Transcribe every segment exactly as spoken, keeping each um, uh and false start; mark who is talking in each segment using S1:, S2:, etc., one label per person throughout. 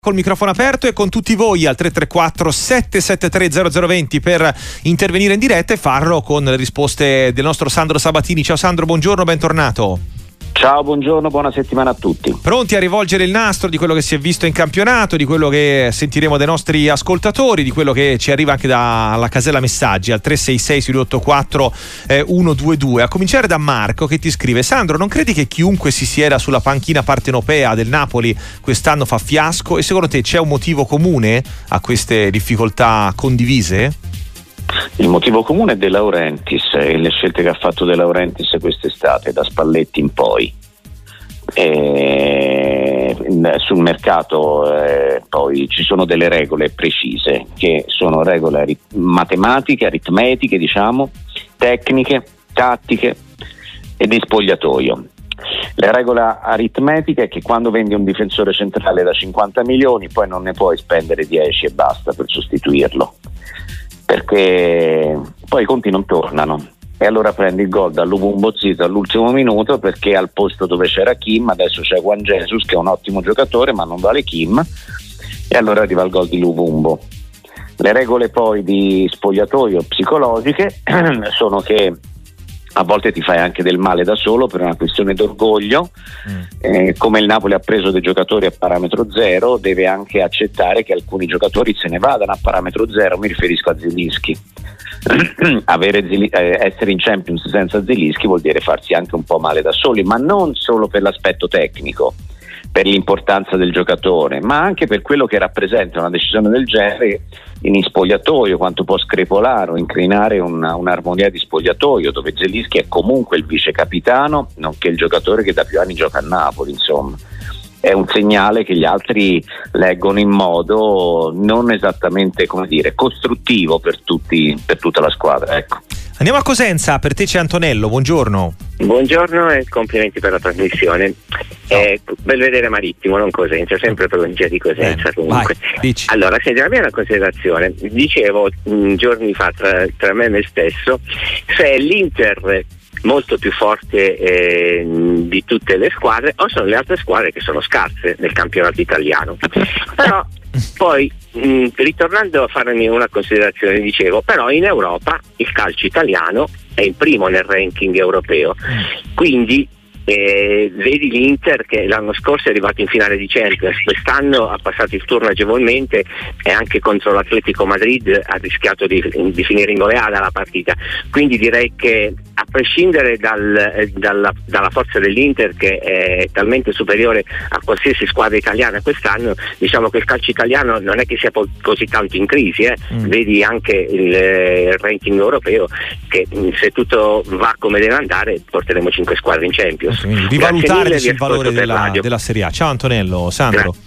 S1: Col microfono aperto e con tutti voi al tre tre quattro sette sette tre zero zero due zero per intervenire in diretta e farlo con le risposte del nostro Sandro Sabatini. Ciao Sandro, buongiorno, bentornato.
S2: Ciao, buongiorno, buona settimana a tutti.
S1: Pronti a rivolgere il nastro di quello che si è visto in campionato, di quello che sentiremo dai nostri ascoltatori, di quello che ci arriva anche dalla casella messaggi al tre sei sei sei otto quattro uno due due. A cominciare da Marco che ti scrive: Sandro, non credi che chiunque si sieda sulla panchina partenopea del Napoli quest'anno fa fiasco? E secondo te c'è un motivo comune a queste difficoltà condivise?
S2: Il motivo comune è De Laurentiis e le scelte che ha fatto De Laurentiis quest'estate, da Spalletti in poi. E sul mercato eh, poi ci sono delle regole precise, che sono regole arit- matematiche, aritmetiche, diciamo, tecniche, tattiche e di spogliatoio. La regola aritmetica è che quando vendi un difensore centrale da cinquanta milioni poi non ne puoi spendere dieci e basta per sostituirlo, perché poi i conti non tornano e allora prendi il gol da Luvumbo Zito all'ultimo minuto, perché al posto dove c'era Kim adesso c'è Juan Jesus che è un ottimo giocatore ma non vale Kim, e allora arriva il gol di Luvumbo. Le regole poi di spogliatoio psicologiche sono che a volte ti fai anche del male da solo per una questione d'orgoglio, mm. eh, come il Napoli ha preso dei giocatori a parametro zero, deve anche accettare che alcuni giocatori se ne vadano a parametro zero. Mi riferisco a Zielinski. Avere Zili- eh, essere in Champions senza Zielinski vuol dire farsi anche un po' male da soli, ma non solo per l'aspetto tecnico, per l'importanza del giocatore, ma anche per quello che rappresenta una decisione del genere in spogliatoio, quanto può screpolare o incrinare una, un'armonia di spogliatoio, dove Zielinski è comunque il vice capitano, nonché il giocatore che da più anni gioca a Napoli. Insomma, è un segnale che gli altri leggono in modo non esattamente, come dire, costruttivo per tutti, per tutta la squadra, ecco.
S1: Andiamo a Cosenza, per te c'è Antonello, buongiorno.
S3: Buongiorno e complimenti per la trasmissione. Eh, Belvedere Marittimo, non Cosenza, sempre provincia di Cosenza. Bene, comunque.
S1: Vai,
S3: allora, senti, la mia è una considerazione. Dicevo mh, giorni fa tra, tra me e me stesso, se l'Inter molto più forte eh, di tutte le squadre o sono le altre squadre che sono scarse nel campionato italiano. Però poi mh, ritornando a farmi una considerazione, dicevo, però in Europa il calcio italiano è il primo nel ranking europeo, quindi eh, vedi l'Inter che l'anno scorso è arrivato in finale di Champions, quest'anno ha passato il turno agevolmente e anche contro l'Atletico Madrid ha rischiato di, di finire in goleada la partita. Quindi direi che a prescindere dal, dalla, dalla forza dell'Inter, che è talmente superiore a qualsiasi squadra italiana quest'anno, diciamo che il calcio italiano non è che sia po- così tanto in crisi, eh. mm. Vedi anche il, il ranking europeo che se tutto va come deve andare porteremo cinque squadre in Champions.
S1: Quindi rivalutare il valore della, della Serie A. Ciao Antonello. Sandro.
S3: Grazie.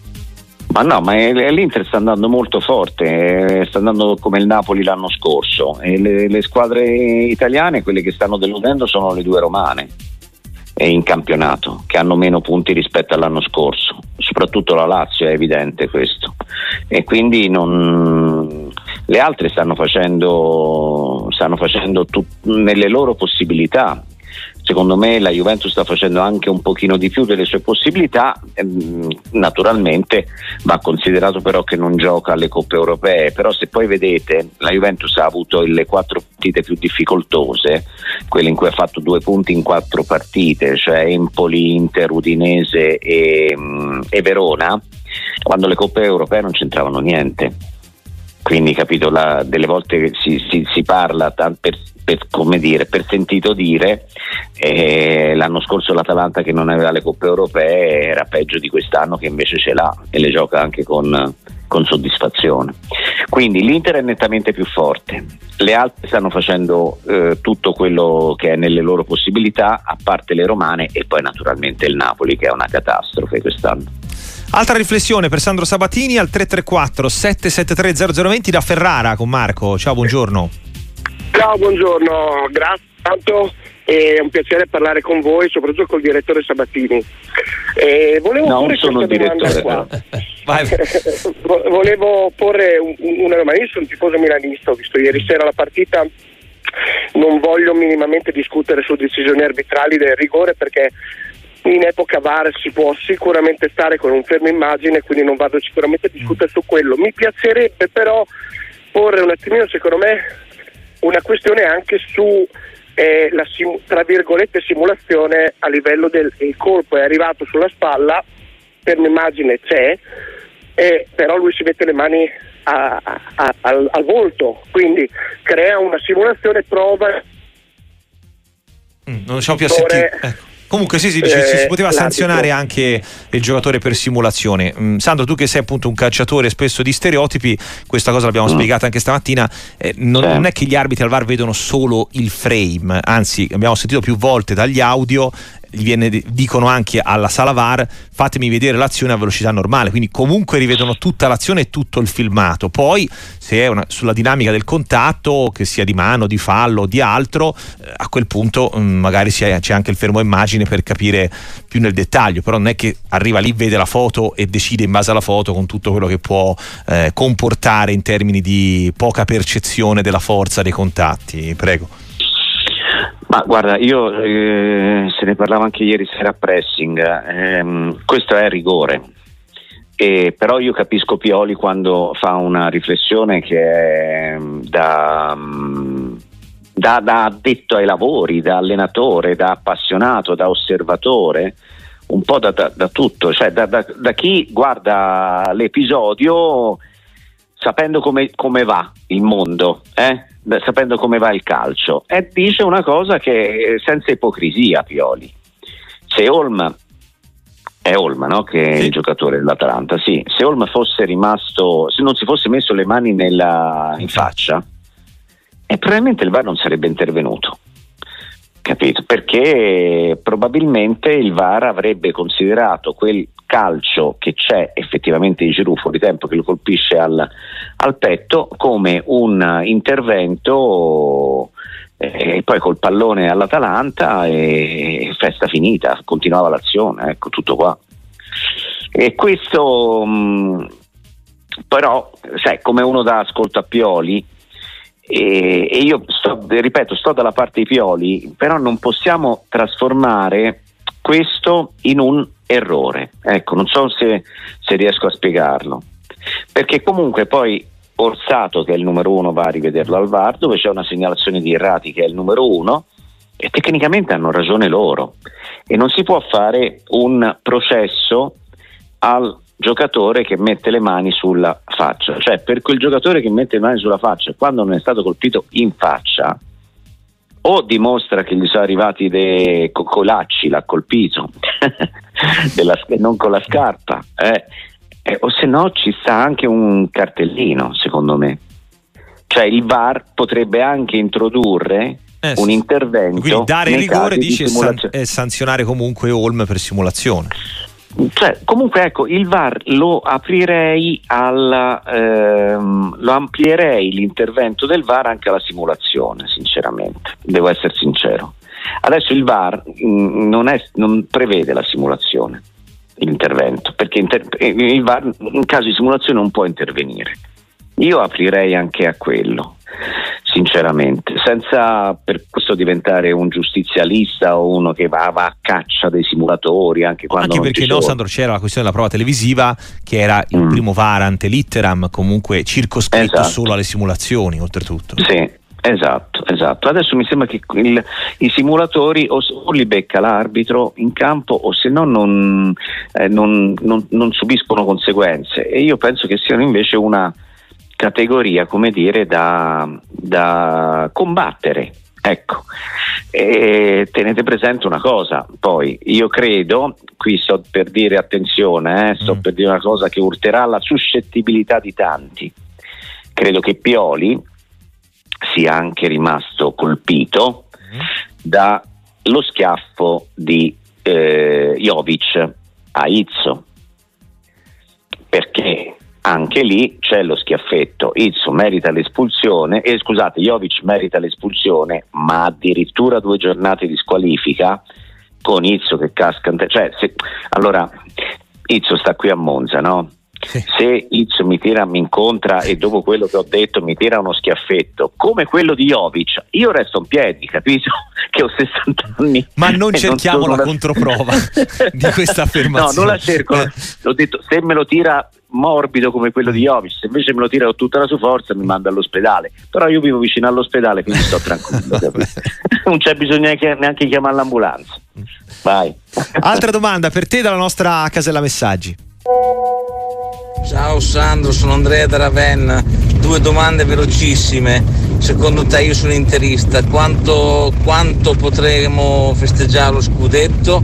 S2: Ma no, ma l'Inter sta andando molto forte, sta andando come il Napoli l'anno scorso, e le, le squadre italiane, quelle che stanno deludendo, sono le due romane e in campionato, che hanno meno punti rispetto all'anno scorso, soprattutto la Lazio, è evidente questo, e quindi non, le altre stanno facendo stanno facendo tut, nelle loro possibilità. Secondo me la Juventus sta facendo anche un pochino di più delle sue possibilità, ehm, naturalmente va considerato però che non gioca alle coppe europee, però se poi vedete la Juventus ha avuto le quattro partite più difficoltose, quelle in cui ha fatto due punti in quattro partite, cioè Empoli, Inter, Udinese e, e Verona, quando le coppe europee non c'entravano niente. Quindi capito, la, delle volte si, si, si parla t- per, per, come dire, per sentito dire, eh, l'anno scorso l'Atalanta che non aveva le coppe europee era peggio di quest'anno che invece ce l'ha e le gioca anche con, con soddisfazione. Quindi l'Inter è nettamente più forte, le altre stanno facendo eh, tutto quello che è nelle loro possibilità, a parte le romane, e poi naturalmente il Napoli che è una catastrofe quest'anno.
S1: Altra riflessione per Sandro Sabatini al tre tre quattro sette sette tre zero zero due zero da Ferrara con Marco. Ciao, buongiorno.
S4: Ciao, buongiorno, grazie tanto, è un piacere parlare con voi, soprattutto col direttore Sabatini. Eh, volevo
S2: no,
S4: porre
S2: sono
S4: questa domanda qua.
S1: Vai.
S4: Volevo porre un, una domanda. Io sono un tifoso milanista, ho visto ieri sera la partita, non voglio minimamente discutere su decisioni arbitrali del rigore perché in epoca V A R si può sicuramente stare con un fermo immagine, quindi non vado sicuramente a discutere su quello. Mi piacerebbe però porre un attimino, secondo me, una questione anche su eh, la sim- tra virgolette simulazione a livello del il colpo è arrivato sulla spalla, fermo immagine c'è, eh, però lui si mette le mani a, a, a, al, al volto, quindi crea una simulazione, prova
S1: mm, non riusciamo più a sentire, ecco. Comunque sì, sì, dice, eh, si poteva sanzionare anche il giocatore per simulazione. mm, Sandro, tu che sei appunto un calciatore spesso di stereotipi, questa cosa l'abbiamo mm. spiegata anche stamattina, eh, non, sì. non è che gli arbitri al V A R vedono solo il frame, anzi abbiamo sentito più volte dagli audio, gli viene, dicono anche alla sala V A R fatemi vedere l'azione a velocità normale, quindi comunque rivedono tutta l'azione e tutto il filmato. Poi se è una, sulla dinamica del contatto, che sia di mano, di fallo o di altro, eh, a quel punto mh, magari c'è, c'è anche il fermo immagine per capire più nel dettaglio, però non è che arriva lì, vede la foto e decide in base alla foto con tutto quello che può eh, comportare in termini di poca percezione della forza dei contatti. Prego.
S2: Ma guarda, io eh, se ne parlava anche ieri sera a Pressing, ehm, questo è rigore, e, però io capisco Pioli quando fa una riflessione che è da, da, da addetto ai lavori, da allenatore, da appassionato, da osservatore, un po' da, da, da tutto, cioè da, da, da chi guarda l'episodio sapendo come, come va il mondo, eh? sapendo come va il calcio, e dice una cosa che senza ipocrisia Pioli. Se Holm è Holm, no? Che è sì. il giocatore dell'Atalanta, sì, se Holm fosse rimasto, se non si fosse messo le mani nella, in faccia, e probabilmente il V A R non sarebbe intervenuto, capito? Perché probabilmente il V A R avrebbe considerato quel calcio che c'è effettivamente di Giroud fuori tempo, che lo colpisce al, al petto, come un intervento, e poi col pallone all'Atalanta e festa finita, continuava l'azione, ecco, tutto qua. E questo mh, però, sai, come uno dà ascolto a Pioli, e, e io sto, ripeto, sto dalla parte di Pioli, però non possiamo trasformare questo in un errore, ecco, non so se, se riesco a spiegarlo, perché comunque poi Orsato, che è il numero uno, va a rivederlo al V A R, dove c'è una segnalazione di Errati, che è il numero uno, e tecnicamente hanno ragione loro, e non si può fare un processo al giocatore che mette le mani sulla faccia, cioè per quel giocatore che mette le mani sulla faccia quando non è stato colpito in faccia, o dimostra che gli sono arrivati dei coccolacci, l'ha colpito della, non con la scarpa, eh. Eh, o se no ci sta anche un cartellino, secondo me, cioè il V A R potrebbe anche introdurre eh, un intervento,
S1: quindi dare il rigore, dice, san- e sanzionare comunque Holm per simulazione.
S2: Cioè, comunque ecco, il V A R lo aprirei alla ehm, lo amplierei l'intervento del V A R anche alla simulazione, sinceramente, devo essere sincero. Adesso il V A R mh, non, è, non prevede la simulazione, l'intervento, perché inter- il V A R in caso di simulazione non può intervenire. Io aprirei anche a quello, sinceramente, senza per questo diventare un giustizialista o uno che va, va a caccia dei simulatori, anche quando
S1: anche
S2: non
S1: perché
S2: ci
S1: no,
S2: sono.
S1: Sandro, c'era la questione della prova televisiva, che era il mm. primo V A R ante litteram, comunque circoscritto esatto. solo alle simulazioni, oltretutto.
S2: Sì, esatto, esatto. Adesso mi sembra che il, i simulatori o, o li becca l'arbitro in campo, o se no non, eh, non, non, non subiscono conseguenze, e io penso che siano invece una categoria, come dire, da, da combattere, ecco. E tenete presente una cosa, poi io credo, qui sto per dire attenzione, eh, sto mm. per dire una cosa che urterà la suscettibilità di tanti. Credo che Pioli sia anche rimasto colpito mm. dallo schiaffo di eh, Jovic a Izzo, perché anche lì c'è lo schiaffetto. Izzo merita l'espulsione, e eh, scusate, Jovic merita l'espulsione, ma addirittura due giornate di squalifica, con Izzo che casca. Cioè, se, allora, Izzo sta qui a Monza, no? se X mi tira, mi incontra e dopo quello che ho detto mi tira uno schiaffetto come quello di Jovic, io resto in piedi, capito? Che ho sessanta anni.
S1: Ma non cerchiamo non la una... controprova di questa affermazione.
S2: No, non la cerco. L'ho detto, se me lo tira morbido come quello di Jovic, se invece me lo tira con tutta la sua forza mi manda all'ospedale, però io vivo vicino all'ospedale, quindi sto tranquillo. Non c'è bisogno neanche, neanche chiamare l'ambulanza. Vai.
S1: Altra domanda per te dalla nostra casella messaggi.
S5: Ciao Sandro, sono Andrea da Ravenna. Due domande velocissime. Secondo te, io sono interista, quanto, quanto potremo festeggiare lo scudetto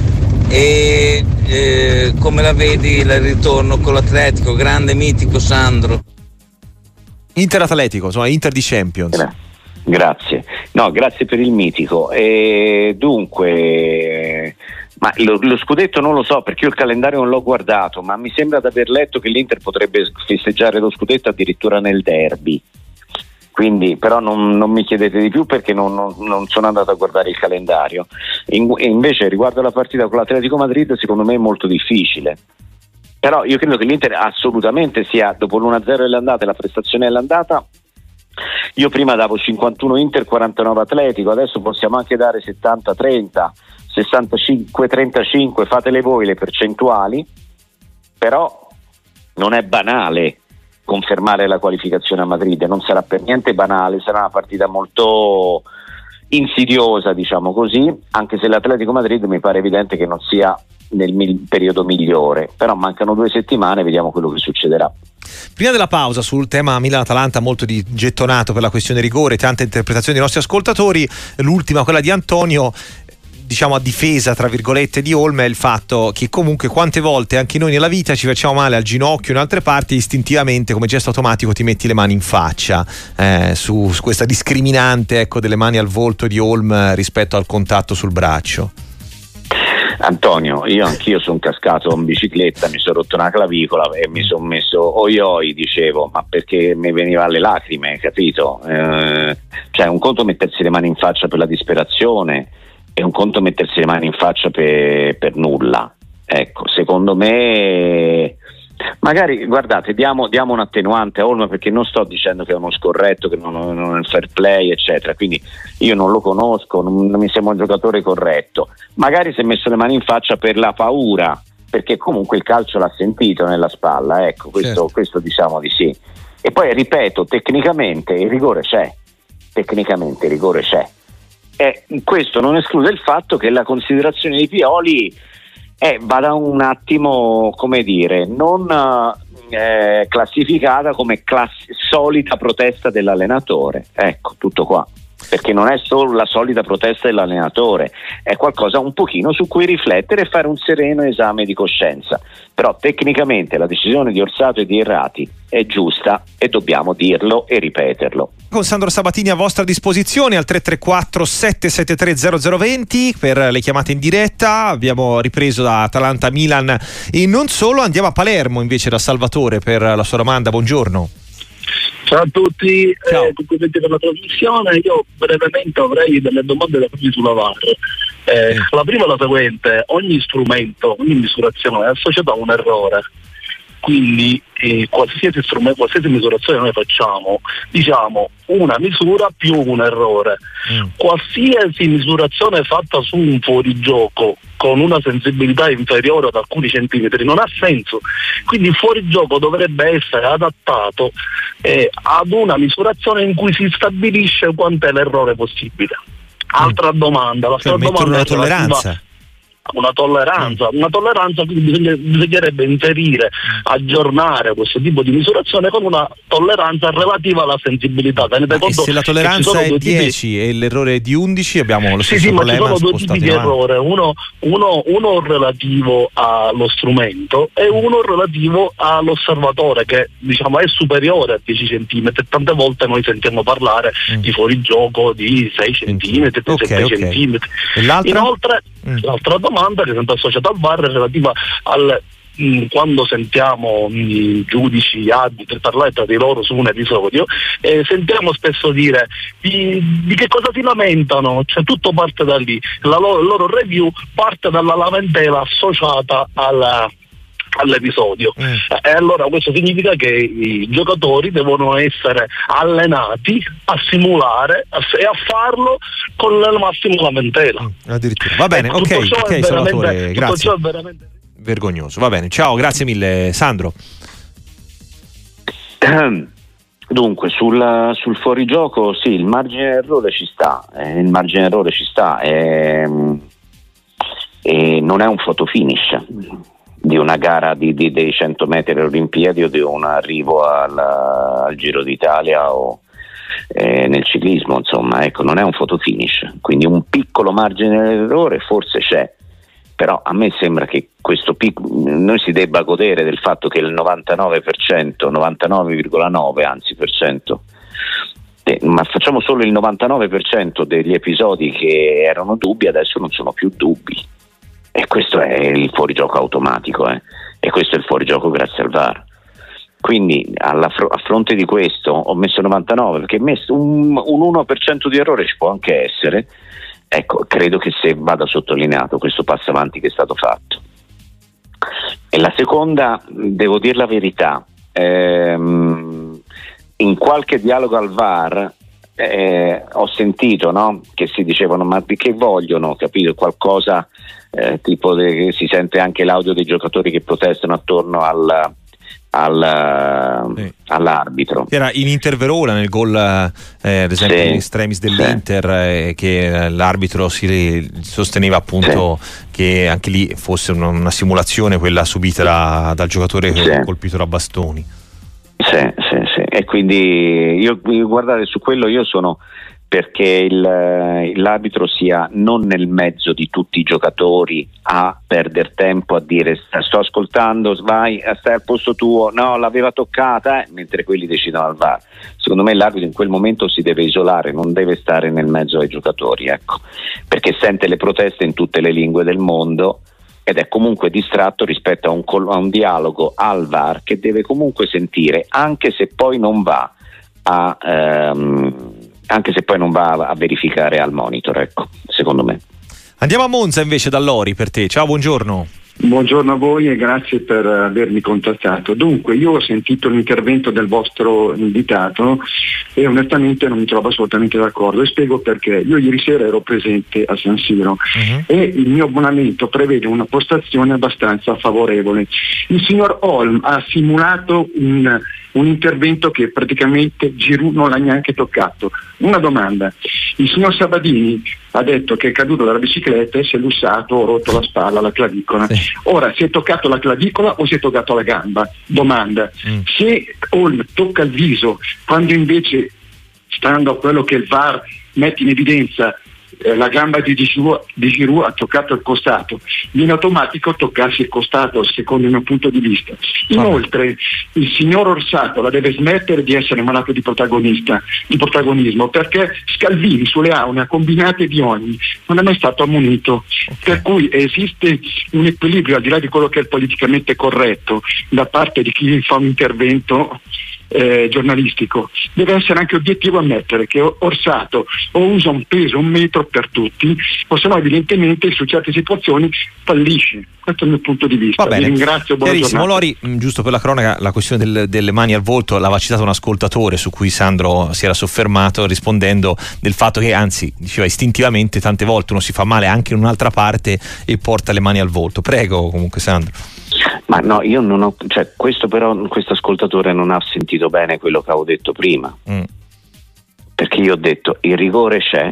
S5: e eh, come la vedi il ritorno con l'Atletico? Grande mitico Sandro.
S1: Inter Atletico, insomma Inter di Champions.
S2: Grazie. No, grazie per il mitico. E dunque, ma lo, lo scudetto non lo so perché io il calendario non l'ho guardato, ma mi sembra di aver letto che l'Inter potrebbe festeggiare lo scudetto addirittura nel derby. Quindi, però non, non mi chiedete di più perché non, non, non sono andato a guardare il calendario. In, invece riguardo alla partita con l'Atletico Madrid, secondo me è molto difficile. Però io credo che l'Inter assolutamente sia, dopo l'uno a zero dell'andata e la prestazione dell'andata, io prima davo cinquantuno Inter, quarantanove Atletico, adesso possiamo anche dare settanta trenta, sessantacinque trentacinque, fatele voi le percentuali, però non è banale confermare la qualificazione a Madrid, non sarà per niente banale, sarà una partita molto insidiosa, diciamo così, anche se l'Atletico Madrid mi pare evidente che non sia nel mil- periodo migliore, però mancano due settimane, vediamo quello che succederà.
S1: Prima della pausa, sul tema Milan-Atalanta, molto di gettonato per la questione rigore, tante interpretazioni dei nostri ascoltatori, l'ultima, quella di Antonio, diciamo a difesa tra virgolette di Olme, è il fatto che comunque quante volte anche noi nella vita ci facciamo male al ginocchio in altre parti, istintivamente come gesto automatico ti metti le mani in faccia, eh, su, su questa discriminante, ecco, delle mani al volto di Olme rispetto al contatto sul braccio.
S2: Antonio, io anch'io sono cascato in bicicletta, mi sono rotto una clavicola e mi sono messo oi oi, dicevo, ma perché mi veniva alle lacrime, capito? Eh, cioè un conto mettersi le mani in faccia per la disperazione e un conto mettersi le mani in faccia per, per nulla. Ecco, secondo me magari, guardate, diamo, diamo un attenuante a Olmo, perché non sto dicendo che è uno scorretto, che non, non è il fair play eccetera, quindi io non lo conosco, non, non mi sembra un giocatore corretto, magari si è messo le mani in faccia per la paura, perché comunque il calcio l'ha sentito nella spalla, ecco, questo, certo. questo diciamo di sì. E poi ripeto, tecnicamente il rigore c'è, tecnicamente il rigore c'è, e questo non esclude il fatto che la considerazione di Pioli Eh, vada un attimo, come dire, non eh, classificata come class- solita protesta dell'allenatore. Ecco, tutto qua. Perché non è solo la solita protesta dell'allenatore, è qualcosa un pochino su cui riflettere e fare un sereno esame di coscienza. Però tecnicamente la decisione di Orsato e di Errati è giusta e dobbiamo dirlo e ripeterlo.
S1: Con Sandro Sabatini a vostra disposizione al tre tre quattro sette sette tre zero zero due zero per le chiamate in diretta. Abbiamo ripreso da Atalanta Milan e non solo, andiamo a Palermo invece da Salvatore per la sua domanda. Buongiorno.
S6: Ciao a tutti, eh, complimenti per la trasmissione. Io brevemente avrei delle domande da farvi sulla V A R. Eh, mm. La prima è la seguente: ogni strumento, ogni misurazione è associata a un errore, quindi eh, qualsiasi strumento, qualsiasi misurazione noi facciamo, diciamo una misura più un errore. Mm. Qualsiasi misurazione fatta su un fuorigioco con una sensibilità inferiore ad alcuni centimetri non ha senso, quindi il fuorigioco dovrebbe essere adattato eh, ad una misurazione in cui si stabilisce quant'è l'errore possibile. Altra mm. domanda, la
S1: cioè,
S6: domanda
S1: una
S6: è
S1: tolleranza.
S6: Una tolleranza, una tolleranza, quindi bisogna, bisognerebbe inserire, aggiornare questo tipo di misurazione con una tolleranza relativa alla sensibilità. Tenete conto,
S1: e se la tolleranza è dieci tipi... e l'errore è di undici, abbiamo lo stesso
S6: sì, sì,
S1: problema.
S6: Ma ci sono due tipi di errore, uno, uno, uno relativo allo strumento e uno relativo all'osservatore, che diciamo è superiore a dieci centimetri. Tante volte noi sentiamo parlare mm. di fuorigioco di sei centimetri,
S1: okay,
S6: sette
S1: okay.
S6: centimetri.
S1: E l'altra?
S6: Inoltre, mm. l'altra domanda che è sempre associata al V A R è relativa al mh, quando sentiamo i giudici arbitri parlare tra di loro su un episodio, eh, sentiamo spesso dire di, di che cosa si lamentano, cioè tutto parte da lì, la loro, loro review parte dalla lamentela associata alla all'episodio. Mm. E allora questo significa che i giocatori devono essere allenati a simulare a, e a farlo con il massimo lamentela.
S1: Mm, addirittura. Va bene,
S6: ecco,
S1: ok, ok, Salvatore, grazie.
S6: Ciò è veramente
S1: vergognoso. Va bene, ciao, grazie mille, Sandro.
S2: Dunque, sul, sul fuorigioco sì, il margine d'errore ci sta, eh, il margine d'errore ci sta, eh, e non è un fotofinish di una gara di, di, dei cento metri Olimpiadi o di un arrivo al, al Giro d'Italia o eh, nel ciclismo, insomma, ecco, non è un fotofinish, quindi un piccolo margine d'errore forse c'è, però a me sembra che questo pic- noi si debba godere del fatto che il novantanove per cento, novantanove virgola nove anzi per cento, eh, ma facciamo solo il novantanove per cento degli episodi che erano dubbi adesso non sono più dubbi, e questo è il fuorigioco automatico, eh? E questo è il fuorigioco grazie al V A R. Quindi alla fr- a fronte di questo ho messo novantanove, perché messo un, un uno per cento di errore ci può anche essere. Ecco, credo che se vada sottolineato questo passo avanti che è stato fatto. E la seconda, devo dire la verità, ehm, in qualche dialogo al V A R eh, ho sentito, no, che si dicevano ma che vogliono, capito, qualcosa eh, tipo de- si sente anche l'audio dei giocatori che protestano attorno al Al, sì. all'arbitro.
S1: Era in Inter Verona nel gol eh, ad esempio
S2: sì.
S1: in extremis dell'Inter, sì. eh, che l'arbitro si sosteneva appunto sì. che anche lì fosse una, una simulazione quella subita da, dal giocatore sì. colpito da bastoni.
S2: Sì, sì, sì. E quindi io, guardate, su quello io sono perché il, l'arbitro sia non nel mezzo di tutti i giocatori a perdere tempo a dire sto ascoltando, vai, stai al posto tuo, no, l'aveva toccata, eh, mentre quelli decidono al V A R. Secondo me l'arbitro in quel momento si deve isolare, non deve stare nel mezzo ai giocatori, ecco, perché sente le proteste in tutte le lingue del mondo ed è comunque distratto rispetto a un, a un dialogo al V A R che deve comunque sentire, anche se poi non va a ehm, anche se poi non va a verificare al monitor, ecco, secondo me.
S1: Andiamo a Monza invece da Lori per te, ciao, buongiorno.
S7: Buongiorno a voi e grazie per avermi contattato. Dunque, io ho sentito l'intervento del vostro invitato e onestamente non mi trovo assolutamente d'accordo e spiego perché. Io ieri sera ero presente a San Siro uh-huh. e il mio abbonamento prevede una postazione abbastanza favorevole. Il signor Holm ha simulato un, un intervento che praticamente Giroud non l'ha neanche toccato. Una domanda: il signor Sabadini ha detto che è caduto dalla bicicletta e si è lussato o rotto la spalla, la clavicola. Sì. Ora, si è toccato la clavicola o si è toccato la gamba? Domanda: mm. se Holm tocca il viso, quando invece, stando a quello che il V A R mette in evidenza, eh, la gamba di Giroud, di Giroud ha toccato il costato, in automatico toccarsi il costato, secondo il mio punto di vista. Inoltre il signor Orsato la deve smettere di essere malato di protagonista, di protagonismo, perché Scalvini sulle aune ha combinate di ogni, non è mai stato ammonito, okay. Per cui esiste un equilibrio al di là di quello che è il politicamente corretto da parte di chi fa un intervento Eh, giornalistico. Deve essere anche obiettivo ammettere che Orsato o usa un peso, un metro per tutti, o se no evidentemente su certe situazioni fallisce. Questo è il mio punto di vista.
S1: Va bene.
S7: Vi ringrazio, buona giornata.
S1: Lori, giusto per la cronaca, la questione del, delle mani al volto l'aveva citato un ascoltatore su cui Sandro si era soffermato rispondendo del fatto che anzi diceva istintivamente tante volte uno si fa male anche in un'altra parte e porta le mani al volto. Prego comunque Sandro.
S2: Ma no, io non ho, cioè questo però, questo ascoltatore non ha sentito bene quello che avevo detto prima, mm. perché io ho detto il rigore c'è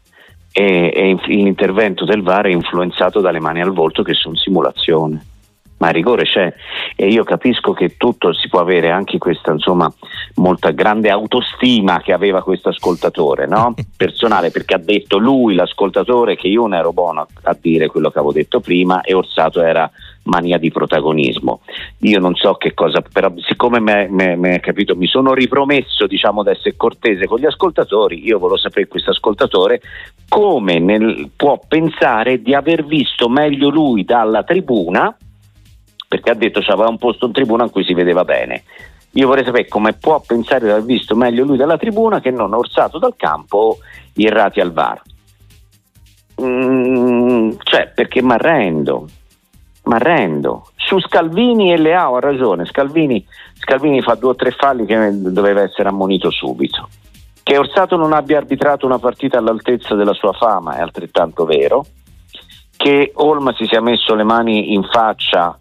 S2: e, e l'intervento del V A R è influenzato dalle mani al volto che sono simulazione, ma il rigore c'è e io capisco che tutto si può avere, anche questa insomma molta grande autostima che aveva questo ascoltatore, no? Personale, perché ha detto lui, l'ascoltatore, che io non ero buono a, a dire quello che avevo detto prima e Orsato era mania di protagonismo. Io non so che cosa, però siccome me, me, me, capito, mi sono ripromesso, diciamo, di essere cortese con gli ascoltatori, io volevo sapere questo ascoltatore come nel, può pensare di aver visto meglio lui dalla tribuna, perché ha detto c'aveva un posto in tribuna in cui si vedeva bene. Io vorrei sapere come può pensare di aver visto meglio lui dalla tribuna che non Orsato dal campo irrati al V A R. Mm, cioè, perché mi arrendo. mi arrendo. Su Scalvini e Leao ha ragione, Scalvini, Scalvini fa due o tre falli che doveva essere ammonito subito. Che Orsato non abbia arbitrato una partita all'altezza della sua fama è altrettanto vero. Che Olma si sia messo le mani in faccia,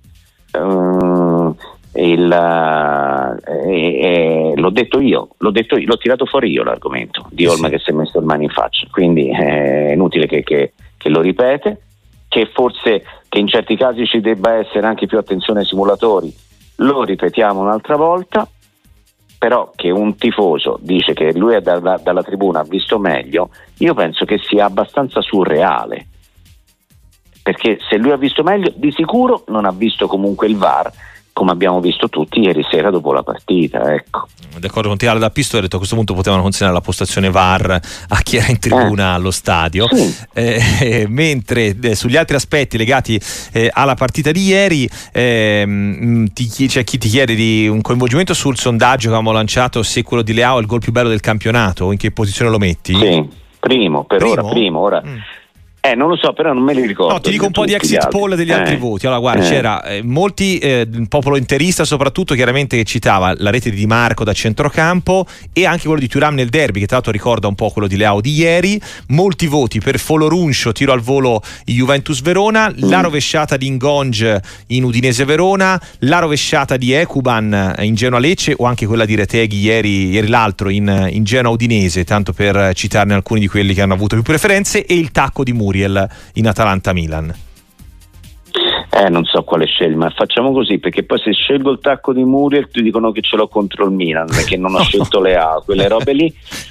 S2: um, il, eh, eh, l'ho detto io, l'ho detto io, l'ho tirato fuori io l'argomento di Olma, sì, che si è messo le mani in faccia, quindi è inutile che, che, che lo ripete. Che forse che in certi casi ci debba essere anche più attenzione ai simulatori, lo ripetiamo un'altra volta, però che un tifoso dice che lui è da, da, dalla tribuna ha visto meglio, io penso che sia abbastanza surreale, perché se lui ha visto meglio di sicuro non ha visto comunque il V A R, come abbiamo visto tutti ieri sera dopo la partita, ecco.
S1: D'accordo con te, Ale da Pisto ha detto a questo punto potevano consegnare la postazione V A R a chi era in tribuna eh. allo stadio, sì. eh, mentre eh, sugli altri aspetti legati eh, alla partita di ieri eh, ti, c'è chi ti chiede di un coinvolgimento sul sondaggio che avevamo lanciato, se quello di Leao è il gol più bello del campionato, in che posizione lo metti?
S2: Sì, primo, per primo? ora, primo, ora mm. Eh, non lo so, però non me li ricordo.
S1: No, ti dico un po' di exit poll degli altri eh. voti. Allora, guarda, eh. c'era eh, molti, eh, il popolo interista soprattutto, chiaramente, che citava la rete di Di Marco da centrocampo e anche quello di Thuram nel derby, che tra l'altro ricorda un po' quello di Leao di ieri. Molti voti per Foloruncio, tiro al volo Juventus Verona, mm. la rovesciata di Ngonge in Udinese Verona, la rovesciata di Ekuban in Genoa Lecce, o anche quella di Reteghi ieri, ieri l'altro in, in Genoa Udinese, tanto per citarne alcuni di quelli che hanno avuto più preferenze, e il tacco di Muriel in Atalanta Milan.
S2: Eh, non so quale scegli, ma facciamo così, perché poi se scelgo il tacco di Muriel ti dicono che ce l'ho contro il Milan, perché non ho scelto le A, quelle robe lì.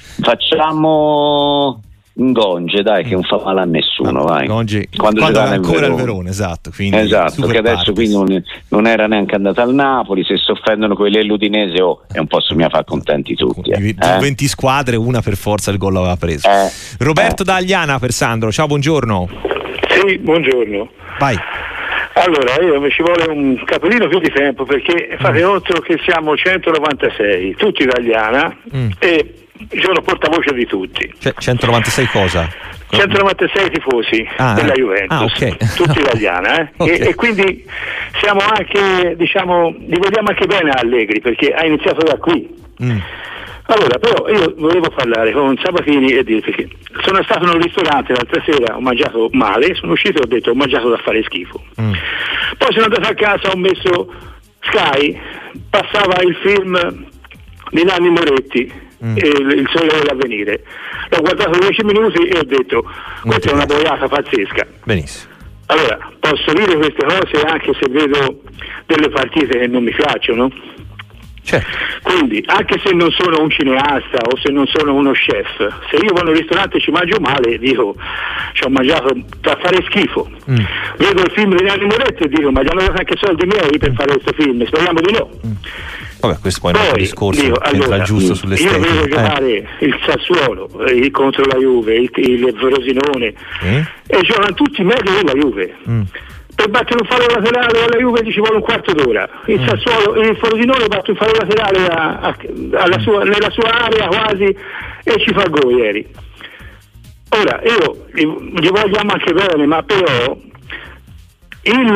S2: Facciamo Ngonge, dai, che non fa male a nessuno, no, vai.
S1: Ngonge, quando, quando era ancora il Verona, esatto, quindi
S2: esatto, che adesso quindi non, non era neanche andata al Napoli. Se si offendono quelli dell'Udinese, oh, è un po' su mia far contenti tutti.
S1: Eh. venti squadre, una per forza il gol l'aveva preso.
S2: Eh,
S1: Roberto
S2: eh.
S1: da Agliana per Sandro, ciao, buongiorno.
S8: Sì, buongiorno.
S1: Vai.
S8: Allora, io mi ci vuole un capolino più di tempo, perché fate mm. conto che siamo centonovantasei, tutti italiana, mm. e sono portavoce di tutti.
S1: Cioè, centonovantasei cosa?
S8: centonovantasei tifosi
S1: ah,
S8: della
S1: eh.
S8: Juventus,
S1: ah, okay.
S8: tutti italiana, eh? okay. e, e quindi siamo anche, diciamo, li vogliamo anche bene a Allegri, perché ha iniziato da qui. Mm. Allora, però io volevo parlare con Sabatini e dirti che sono stato in un ristorante l'altra sera, ho mangiato male, sono uscito e ho detto ho mangiato da fare schifo. Mm. Poi sono andato a casa, ho messo Sky, passava il film di Nanni Moretti, mm. e il, il Sole dell'Avvenire. L'ho guardato dieci minuti e ho detto questa è una boiata pazzesca.
S1: Benissimo.
S8: Allora, posso dire queste cose anche se vedo delle partite che non mi piacciono?
S1: Certo.
S8: Quindi, anche se non sono un cineasta o se non sono uno chef, se io vado al ristorante e ci mangio male, dico ci ho mangiato da fare schifo. Mm. Vedo il film di Nanni Moretti e dico ma gli hanno dato anche soldi miei per fare questo film, speriamo di no.
S1: Mm. Vabbè, questo poi, poi è un altro discorso, dico, allora, giusto sull'estetica.
S8: Io vedo giocare eh. il Sassuolo il, contro la Juve, il, il Frosinone, mm. e giocano tutti meglio della Juve. Mm. Per battere un fallo laterale alla Juve ci vuole un quarto d'ora. Il mm. Sassuolo, il Frosinone batte un fallo laterale a, a, alla sua, nella sua area quasi e ci fa gol ieri. Ora, io gli, gli vogliamo anche bene, ma però il,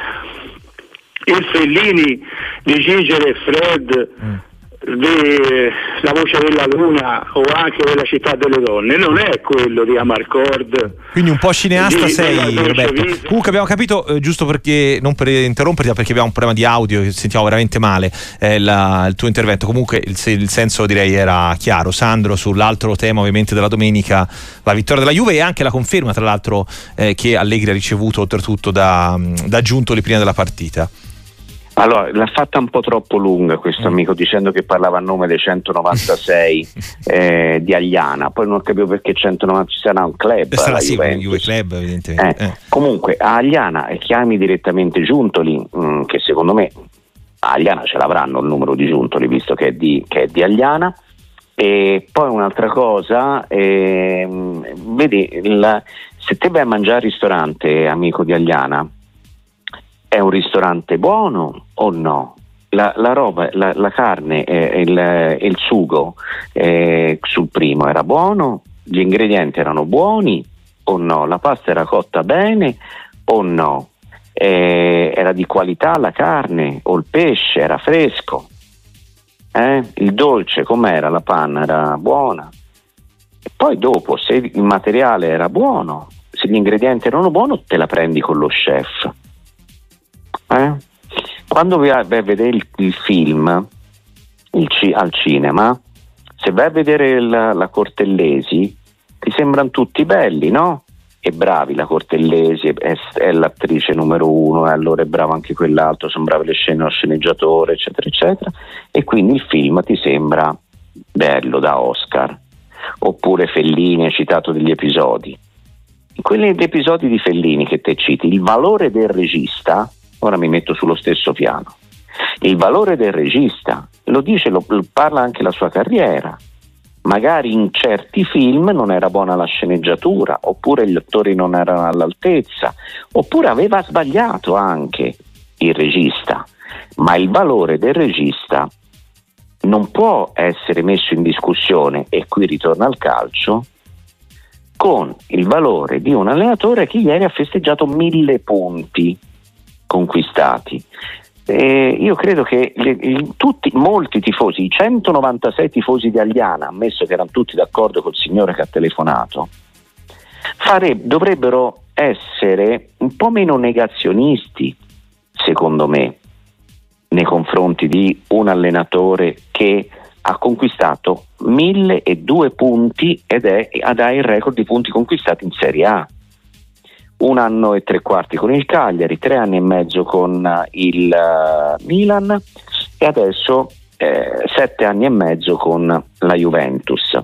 S8: il Fellini di Gigere e Fred, mm. di La voce della luna o anche della città delle donne non è quello di Amarcord,
S1: quindi un po' cineasta di, sei Roberto. Comunque abbiamo capito, eh, giusto perché non per interromperti, ma perché abbiamo un problema di audio che sentiamo veramente male eh, la, il tuo intervento. Comunque il, il senso direi era chiaro. Sandro, sull'altro tema ovviamente della domenica, la vittoria della Juve e anche la conferma tra l'altro eh, che Allegri ha ricevuto oltretutto da, da Giuntoli prima della partita.
S2: Allora, l'ha fatta un po' troppo lunga questo mm. amico, dicendo che parlava a nome dei centonovantasei eh, di Agliana, poi non ho capito perché centonovantasei sarà un club.
S1: Sarà sì, un Juve Club evidentemente.
S2: Eh, eh. Comunque a Agliana chiami direttamente Giuntoli, mh, che secondo me a Agliana ce l'avranno il numero di Giuntoli, visto che è di, che è di Agliana. E poi un'altra cosa, eh, vedi, il, se te vai a mangiare al ristorante, amico di Agliana, è un ristorante buono o no? La, la roba, la, la carne e il, il sugo eh, sul primo era buono? Gli ingredienti erano buoni o no? La pasta era cotta bene o no? eh, era di qualità la carne o il pesce, era fresco, eh? Il dolce com'era, la panna era buona, e poi dopo se il materiale era buono, se gli ingredienti erano buoni, te la prendi con lo chef, eh? Quando vai a vedere il, il film il ci, al cinema, se vai a vedere la, la Cortellesi ti sembrano tutti belli, no? E bravi, la Cortellesi è, è l'attrice numero uno, e allora è bravo anche quell'altro, sono brave le scene, lo sceneggiatore, eccetera eccetera, e quindi il film ti sembra bello da Oscar. Oppure Fellini ha citato degli episodi, quelli gli episodi di Fellini che te citi, il valore del regista, ora mi metto sullo stesso piano, il valore del regista lo dice, lo, lo parla anche la sua carriera. Magari in certi film non era buona la sceneggiatura, oppure gli attori non erano all'altezza, oppure aveva sbagliato anche il regista, ma il valore del regista non può essere messo in discussione, e qui ritorna al calcio, con il valore di un allenatore che ieri ha festeggiato mille punti conquistati. Eh, io credo che le, il, tutti, molti tifosi, i centonovantasei tifosi di Agliana, ammesso che erano tutti d'accordo col signore che ha telefonato, fare, dovrebbero essere un po' meno negazionisti, secondo me, nei confronti di un allenatore che ha conquistato mille e due punti ed è ad ha il record di punti conquistati in Serie A. Un anno e tre quarti con il Cagliari, tre anni e mezzo con il uh, Milan, e adesso eh, sette anni e mezzo con la Juventus.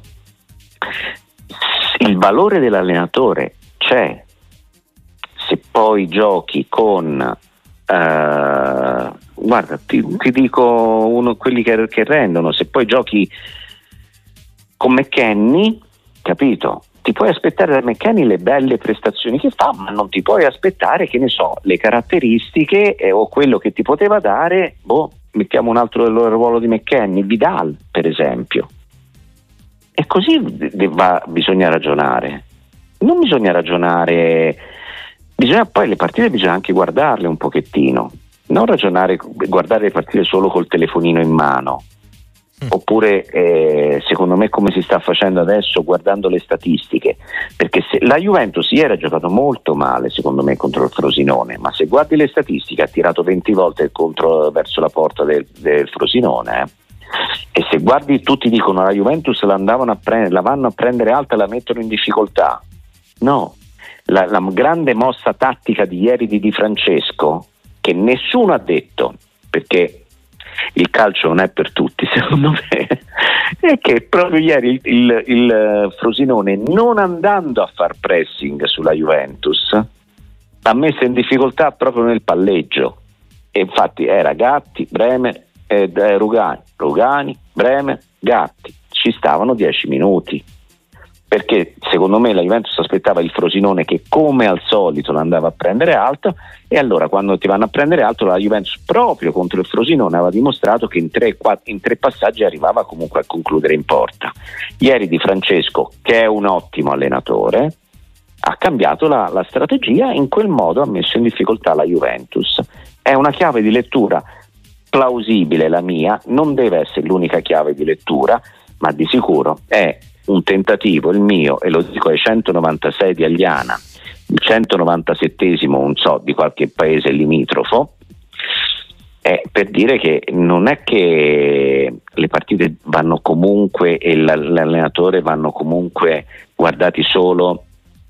S2: Il valore dell'allenatore c'è, se poi giochi con uh, guarda, ti, ti dico uno, quelli che, che rendono, se poi giochi con McKennie, capito? Ti puoi aspettare da McKennie le belle prestazioni che fa, ma non ti puoi aspettare, che ne so, le caratteristiche eh, o quello che ti poteva dare, boh, mettiamo un altro del ruolo di McKennie, Vidal per esempio. E così de- va, bisogna ragionare. Non bisogna ragionare, bisogna poi le partite bisogna anche guardarle un pochettino, non ragionare, guardare le partite solo col telefonino in mano. Oppure eh, secondo me come si sta facendo adesso guardando le statistiche, perché se la Juventus ieri ha giocato molto male secondo me contro il Frosinone, ma se guardi le statistiche ha tirato venti volte contro, verso la porta del, del Frosinone eh. E se guardi, tutti dicono la Juventus la, andavano a pre- la vanno a prendere alta e la mettono in difficoltà. No, la, la grande mossa tattica di ieri di Di Francesco, che nessuno ha detto, perché il calcio non è per tutti secondo me, è che proprio ieri il, il, il Frosinone, non andando a far pressing sulla Juventus, l'ha messa in difficoltà proprio nel palleggio, e infatti era Gatti, Bremer ed eh, Rugani, Rugani, Bremer, Gatti, ci stavano dieci minuti, perché secondo me la Juventus aspettava il Frosinone che come al solito l'andava a prendere alto, e allora quando ti vanno a prendere alto la Juventus proprio contro il Frosinone aveva dimostrato che in tre, quattro, in tre passaggi arrivava comunque a concludere in porta. Ieri Di Francesco, che è un ottimo allenatore, ha cambiato la, la strategia, in quel modo ha messo in difficoltà la Juventus. È una chiave di lettura plausibile la mia, non deve essere l'unica chiave di lettura, ma di sicuro è un tentativo, il mio, e lo dico ai centonovantasei di Agliana, il centonovantasettesimo non so di qualche paese limitrofo, è per dire che non è che le partite vanno comunque e l'allenatore vanno comunque guardati solo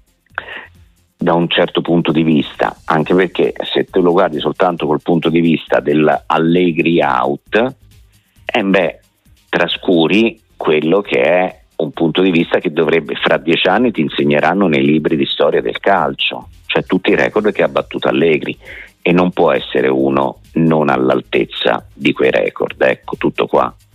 S2: da un certo punto di vista, anche perché se te lo guardi soltanto col punto di vista dell'Allegri out, eh beh, trascuri quello che è un punto di vista che dovrebbe, fra dieci anni ti insegneranno nei libri di storia del calcio, cioè tutti i record che ha battuto Allegri, e non può essere uno non all'altezza di quei record. Ecco, tutto qua.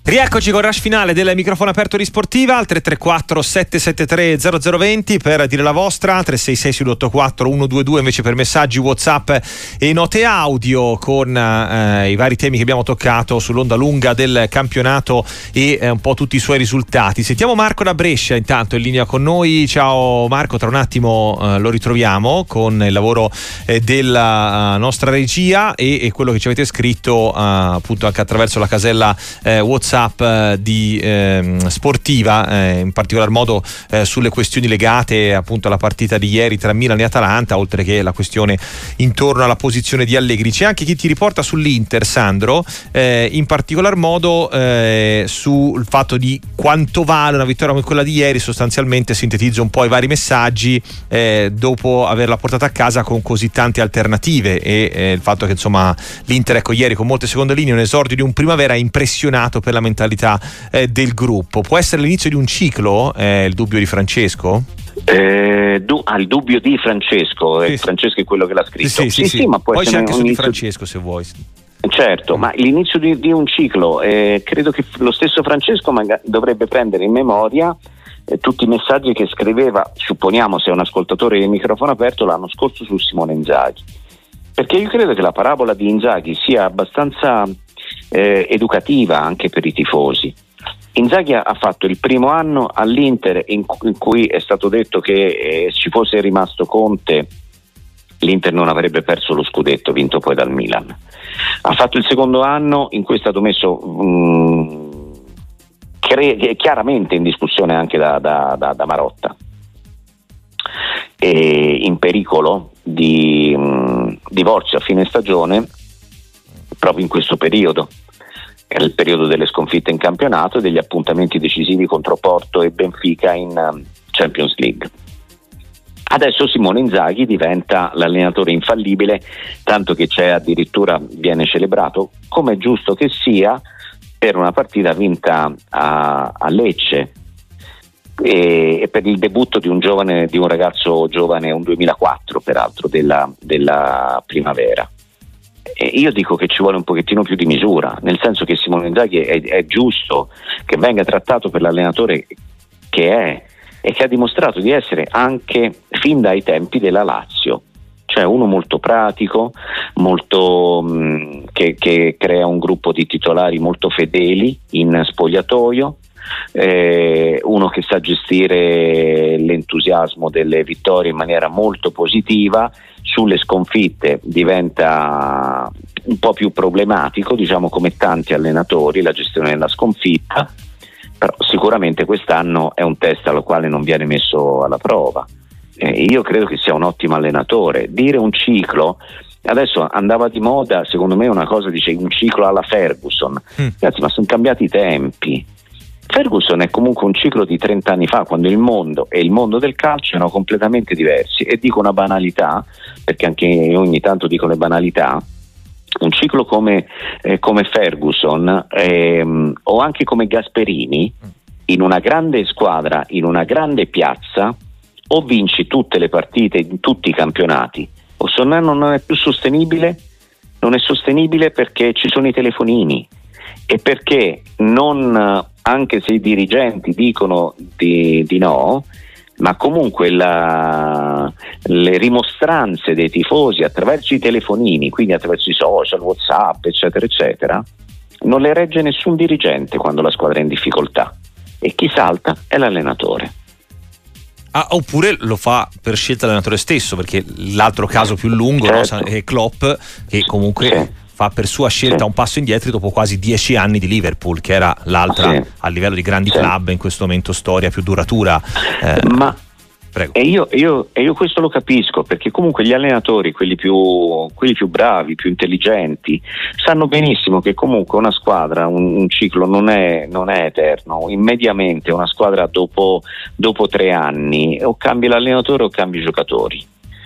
S1: Rieccoci con Rush finale del microfono aperto di Sportiva al tre tre quattro sette sette tre zero zero due zero per dire la vostra, tre sei sei sei otto quattro uno due due invece per messaggi, WhatsApp e note audio con eh, i vari temi che abbiamo toccato sull'onda lunga del campionato e eh, un po' tutti i suoi risultati. Sentiamo Marco da Brescia intanto in linea con noi. Ciao Marco, tra un attimo eh, lo ritroviamo con il lavoro eh, della uh, nostra regia e, e quello che ci avete scritto uh, appunto anche attraverso la casella eh, WhatsApp di eh, Sportiva, eh, in particolar modo eh, sulle questioni legate appunto alla partita di ieri tra Milan e Atalanta, oltre che la questione intorno alla posizione di Allegri. C'è anche chi ti riporta sull'Inter, Sandro, eh, in particolar modo eh, sul fatto di quanto vale una vittoria come quella di ieri. Sostanzialmente sintetizzo un po' i vari messaggi eh, dopo averla portata a casa con così tante alternative e eh, il fatto che insomma l'Inter, ecco, ieri con molte seconde linee, un esordio di un Primavera ha impressionato per la mentalità eh, del gruppo. Può essere l'inizio di un ciclo, eh, il dubbio di Francesco?
S2: Eh, du- ah, il dubbio di Francesco,
S1: sì,
S2: eh, Francesco è quello che l'ha scritto.
S1: Sì, sì, sì, sì, sì.
S2: Ma può
S1: poi c'è anche su di
S2: inizio...
S1: Francesco se vuoi.
S2: Certo, ma l'inizio di, di un ciclo, eh, credo che lo stesso Francesco magari dovrebbe prendere in memoria eh, tutti i messaggi che scriveva, supponiamo se è un ascoltatore di microfono aperto, l'anno scorso su Simone Inzaghi, perché io credo che la parabola di Inzaghi sia abbastanza eh, educativa anche per i tifosi. Inzaghi ha fatto il primo anno all'Inter in, in cui è stato detto che eh, ci fosse rimasto Conte l'Inter non avrebbe perso lo scudetto vinto poi dal Milan. Ha fatto il secondo anno in cui è stato messo mh, cre- chiaramente in discussione anche da, da, da, da Marotta, e in pericolo di mh, divorzio a fine stagione proprio in questo periodo. Era il periodo delle sconfitte in campionato e degli appuntamenti decisivi contro Porto e Benfica in um, Champions League. Adesso Simone Inzaghi diventa l'allenatore infallibile, tanto che c'è addirittura, viene celebrato, come è giusto che sia, per una partita vinta a, a Lecce e, e per il debutto di un giovane, di un ragazzo giovane, un duemilaquattro peraltro, della, della Primavera. E io dico che ci vuole un pochettino più di misura, nel senso che Simone Inzaghi è, è giusto che venga trattato per l'allenatore che è e che ha dimostrato di essere anche fin dai tempi della Lazio, cioè uno molto pratico, molto mh, che, che crea un gruppo di titolari molto fedeli in spogliatoio, eh, uno che sa gestire l'entusiasmo delle vittorie in maniera molto positiva. Sulle sconfitte diventa un po' più problematico, diciamo, come tanti allenatori, la gestione della sconfitta, però sicuramente quest'anno è un test al quale non viene messo alla prova. Eh, io credo che sia un ottimo allenatore. Dire un ciclo, adesso andava di moda secondo me una cosa, dice un ciclo alla Ferguson, mm. Ragazzi, ma sono cambiati i tempi. Ferguson è comunque un ciclo di trenta anni fa, quando il mondo e il mondo del calcio erano completamente diversi. E dico una banalità, perché anche io ogni tanto dico le banalità. Un ciclo come, eh, come Ferguson ehm, o anche come Gasperini, in una grande squadra, in una grande piazza, o vinci tutte le partite in tutti i campionati, o se no non è più sostenibile. Non è sostenibile perché ci sono i telefonini e perché non, anche se i dirigenti dicono di, di no, ma comunque la, le rimostranze dei tifosi attraverso i telefonini, quindi attraverso i social, WhatsApp, eccetera eccetera, non le regge nessun dirigente quando la squadra è in difficoltà, e chi salta è l'allenatore.
S1: Ah, oppure lo fa per scelta dell'allenatore stesso, perché l'altro caso più lungo, certo, no, è Klopp, che comunque sì, fa per sua scelta sì, un passo indietro dopo quasi dieci anni di Liverpool, che era l'altra, sì, a livello di grandi sì, club in questo momento storia più duratura. Eh,
S2: Ma prego. E io, io, e io questo lo capisco, perché comunque gli allenatori, quelli più, quelli più bravi, più intelligenti, sanno benissimo che comunque una squadra, un, un ciclo non è, non è eterno. Mediamente una squadra dopo, dopo tre anni o cambi l'allenatore o cambi i giocatori.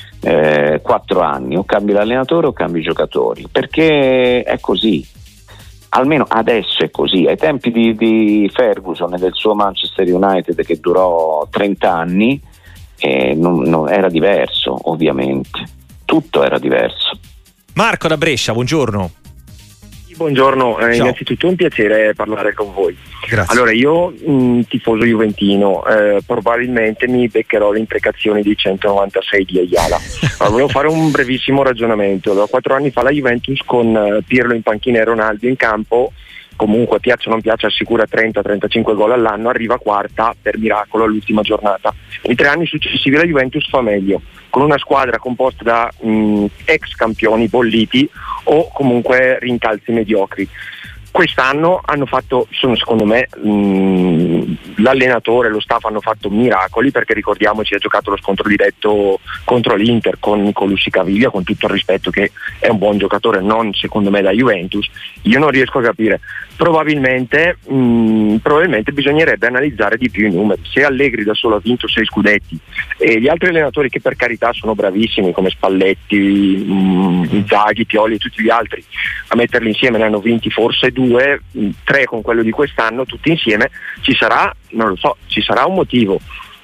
S2: Eh, quattro anni o cambi l'allenatore o cambi i giocatori, perché è così, almeno adesso è così. Ai tempi di, di Ferguson e del suo Manchester United, che durò trenta anni, eh, non, non, era diverso, ovviamente tutto era diverso.
S1: Marco da Brescia, buongiorno.
S9: Buongiorno, eh, innanzitutto un piacere parlare con voi.
S1: Grazie.
S9: Allora io mh, tifoso juventino, eh, probabilmente mi beccherò le imprecazioni di centonovantasei di Ayala. Allora, volevo fare un brevissimo ragionamento. Allora, quattro anni fa la Juventus con eh, Pirlo in panchina e Ronaldo in campo, comunque piaccia o non piaccia, assicura trenta trentacinque gol all'anno, arriva quarta per miracolo all'ultima giornata. I tre anni successivi la Juventus fa meglio, con una squadra composta da mh, ex campioni bolliti o comunque rincalzi mediocri. Quest'anno hanno fatto, sono secondo me, mh, l'allenatore e lo staff hanno fatto miracoli, perché ricordiamoci ha giocato lo scontro diretto contro l'Inter con Nicolussi Caviglia, con tutto il rispetto che è un buon giocatore, non secondo me da Juventus. Io non riesco a capire, probabilmente, mh, probabilmente bisognerebbe analizzare di più i numeri. Se Allegri da solo ha vinto sei scudetti e gli altri allenatori, che per carità sono bravissimi come Spalletti, mh, Inzaghi, Pioli e tutti gli altri, a metterli insieme ne hanno vinti forse due, tre con quello di quest'anno, tutti insieme, ci sarà, non lo so, ci sarà un motivo.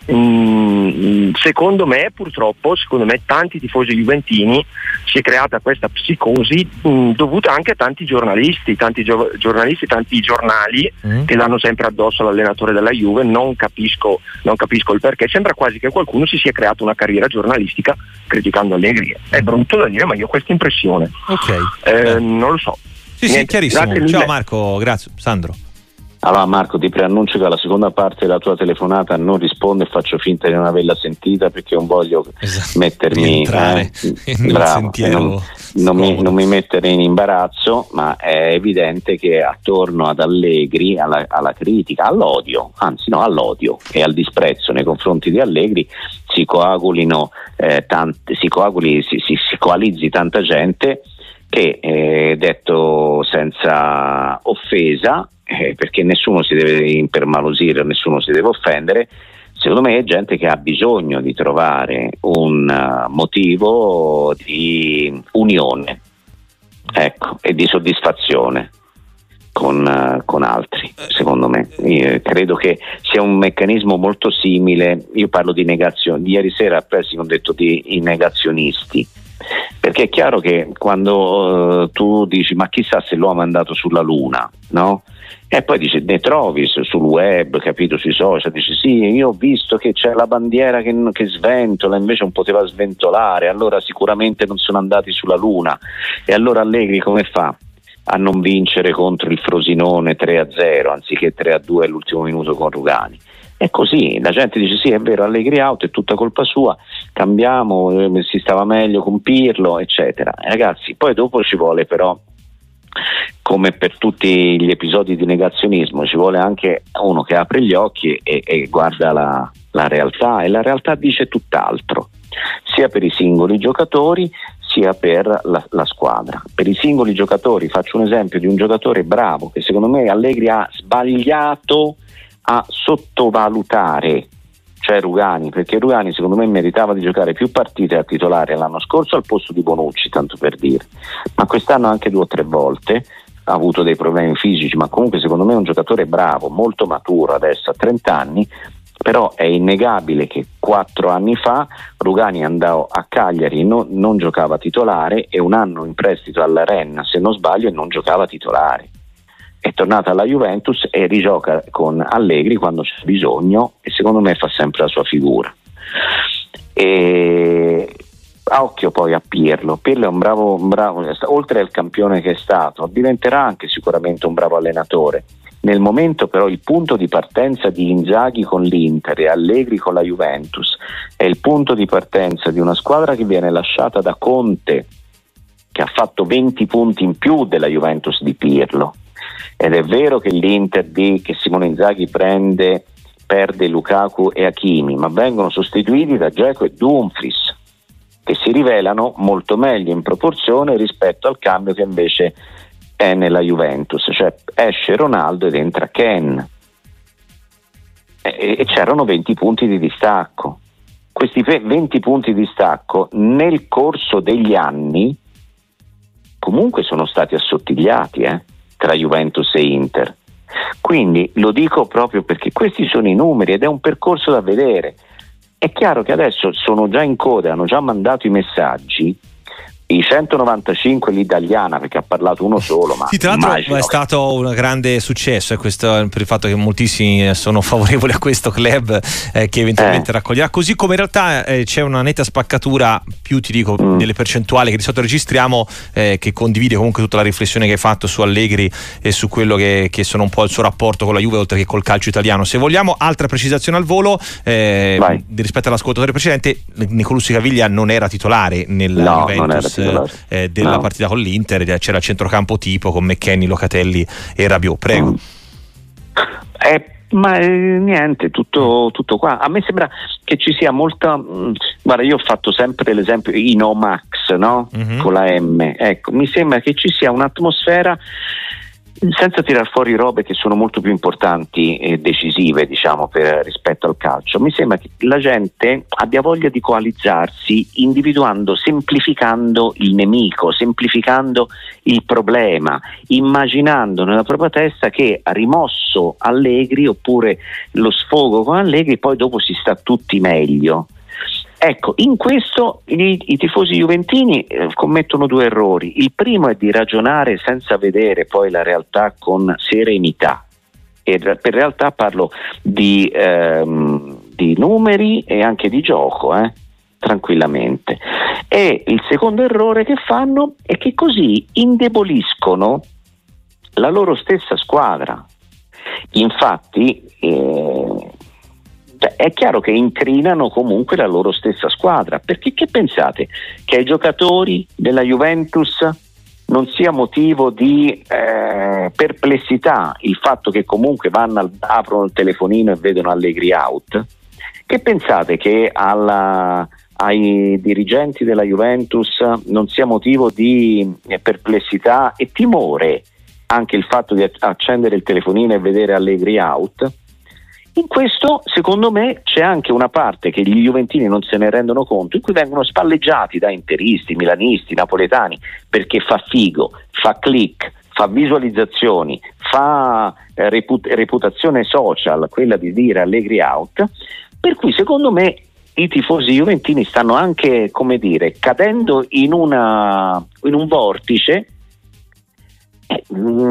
S9: Mm, secondo me, purtroppo, secondo me tanti tifosi juventini si è creata questa psicosi mm, dovuta anche a tanti giornalisti, tanti gio- giornalisti, tanti giornali mm. che danno sempre addosso all'allenatore della Juve. Non capisco, non capisco il perché. Sembra quasi che qualcuno si sia creato una carriera giornalistica criticando Allegri. È brutto da dire, ma io ho questa impressione.
S1: Ok,
S9: eh, eh. non lo so.
S1: Sì, Niente. Sì, chiarissimo. Ciao Marco, grazie. Sandro.
S2: Allora Marco, ti preannuncio che alla seconda parte della tua telefonata non rispondo e faccio finta di non averla sentita, perché non voglio esatto. mettermi
S1: entrare
S2: eh, bravo, non, non, mi, non mi mettere in imbarazzo, ma è evidente che attorno ad Allegri, alla, alla critica, all'odio, anzi no, all'odio e al disprezzo nei confronti di Allegri si coagulino eh, tante, si coaguli, si, si, si coalizzi tanta gente che, eh, detto senza offesa, Eh, perché nessuno si deve impermalosire, nessuno si deve offendere, secondo me è gente che ha bisogno di trovare un uh, motivo di unione, ecco, e di soddisfazione con, uh, con altri. Secondo me, io credo che sia un meccanismo molto simile. Io parlo di negazioni, ieri sera a Pressing ho detto di i negazionisti, perché è chiaro che quando uh, tu dici ma chissà se l'uomo è andato sulla Luna, no? E poi dici, ne trovi sul web, capito, sui social, dici sì, io ho visto che c'è la bandiera che, che sventola, invece non poteva sventolare, allora sicuramente non sono andati sulla Luna. E allora Allegri come fa a non vincere contro il Frosinone tre a zero anziché tre a due all'ultimo minuto con Rugani? È così, la gente dice sì, è vero, Allegri out, è tutta colpa sua, cambiamo, eh, si stava meglio con Pirlo, eccetera. E ragazzi, poi dopo ci vuole però, come per tutti gli episodi di negazionismo, ci vuole anche uno che apre gli occhi e, e guarda la, la realtà, e la realtà dice tutt'altro, sia per i singoli giocatori sia per la, la squadra. Per i singoli giocatori faccio un esempio di un giocatore bravo che secondo me Allegri ha sbagliato a sottovalutare, cioè Rugani, perché Rugani secondo me meritava di giocare più partite a titolare l'anno scorso al posto di Bonucci, tanto per dire, ma quest'anno anche due o tre volte ha avuto dei problemi fisici, ma comunque secondo me è un giocatore bravo, molto maturo adesso a trenta anni. Però è innegabile che quattro anni fa Rugani andò a Cagliari, no, non giocava titolare, e un anno in prestito alla Rennes, se non sbaglio, e non giocava titolare. È tornata alla Juventus e rigioca con Allegri quando c'è bisogno, e secondo me fa sempre la sua figura. E a occhio poi a Pirlo. Pirlo è un bravo, un bravo, oltre al campione che è stato, diventerà anche sicuramente un bravo allenatore. Nel momento però il punto di partenza di Inzaghi con l'Inter e Allegri con la Juventus è il punto di partenza di una squadra che viene lasciata da Conte, che ha fatto venti punti in più della Juventus di Pirlo. Ed è vero che l'Inter di che Simone Inzaghi prende, perde Lukaku e Hakimi, ma vengono sostituiti da Dzeko e Dumfries, che si rivelano molto meglio in proporzione rispetto al cambio che invece è nella Juventus, cioè esce Ronaldo ed entra Ken, e, e c'erano venti punti di distacco. Questi venti punti di distacco nel corso degli anni comunque sono stati assottigliati eh, tra Juventus e Inter. Quindi lo dico proprio perché questi sono i numeri ed è un percorso da vedere. È chiaro che adesso sono già in coda, hanno già mandato i messaggi I centonovantacinque l'italiana, perché ha parlato uno solo, ma
S1: sì, tra l'altro
S2: immagino.
S1: È stato un grande successo, e questo per il fatto che moltissimi sono favorevoli a questo club eh, che eventualmente
S2: eh.
S1: raccoglierà, così come in realtà eh, c'è una netta spaccatura, più ti dico mm. delle percentuali che di solito registriamo, eh, che condivide comunque tutta la riflessione che hai fatto su Allegri e su quello che, che sono un po' il suo rapporto con la Juve oltre che col calcio italiano. Se vogliamo altra precisazione al volo eh, rispetto all'ascoltatore precedente, Nicolussi Caviglia non era titolare nel
S2: no,
S1: Juventus Eh, della no. partita con l'Inter, c'era il centrocampo tipo con McKennie, Locatelli e Rabiot. Prego.
S2: Mm. Eh, ma eh, niente, tutto, tutto qua. A me sembra che ci sia molta mh, guarda, io ho fatto sempre l'esempio i No Max, no? Mm-hmm. Con la M, ecco, mi sembra che ci sia un'atmosfera, senza tirar fuori robe che sono molto più importanti e decisive, diciamo, per, rispetto al calcio. Mi sembra che la gente abbia voglia di coalizzarsi individuando, semplificando il nemico, semplificando il problema, immaginando nella propria testa che rimosso Allegri, oppure lo sfogo con Allegri, poi dopo si sta tutti meglio. Ecco, in questo i, i tifosi juventini eh, commettono due errori. Il primo è di ragionare senza vedere poi la realtà con serenità, e per realtà parlo di, ehm, di numeri e anche di gioco, eh, tranquillamente. E il secondo errore che fanno è che così indeboliscono la loro stessa squadra. Infatti eh, è chiaro che incrinano comunque la loro stessa squadra, perché che pensate? Che ai giocatori della Juventus non sia motivo di eh, perplessità il fatto che comunque vanno al, aprono il telefonino e vedono Allegri out? Che pensate che alla, ai dirigenti della Juventus non sia motivo di eh, perplessità e timore anche il fatto di accendere il telefonino e vedere Allegri out? In questo, secondo me, c'è anche una parte che gli juventini non se ne rendono conto, in cui vengono spalleggiati da interisti, milanisti, napoletani, perché fa figo, fa click, fa visualizzazioni, fa eh, reput- reputazione social, quella di dire Allegri out, per cui secondo me i tifosi juventini stanno anche, come dire, cadendo in, una, in un vortice Eh,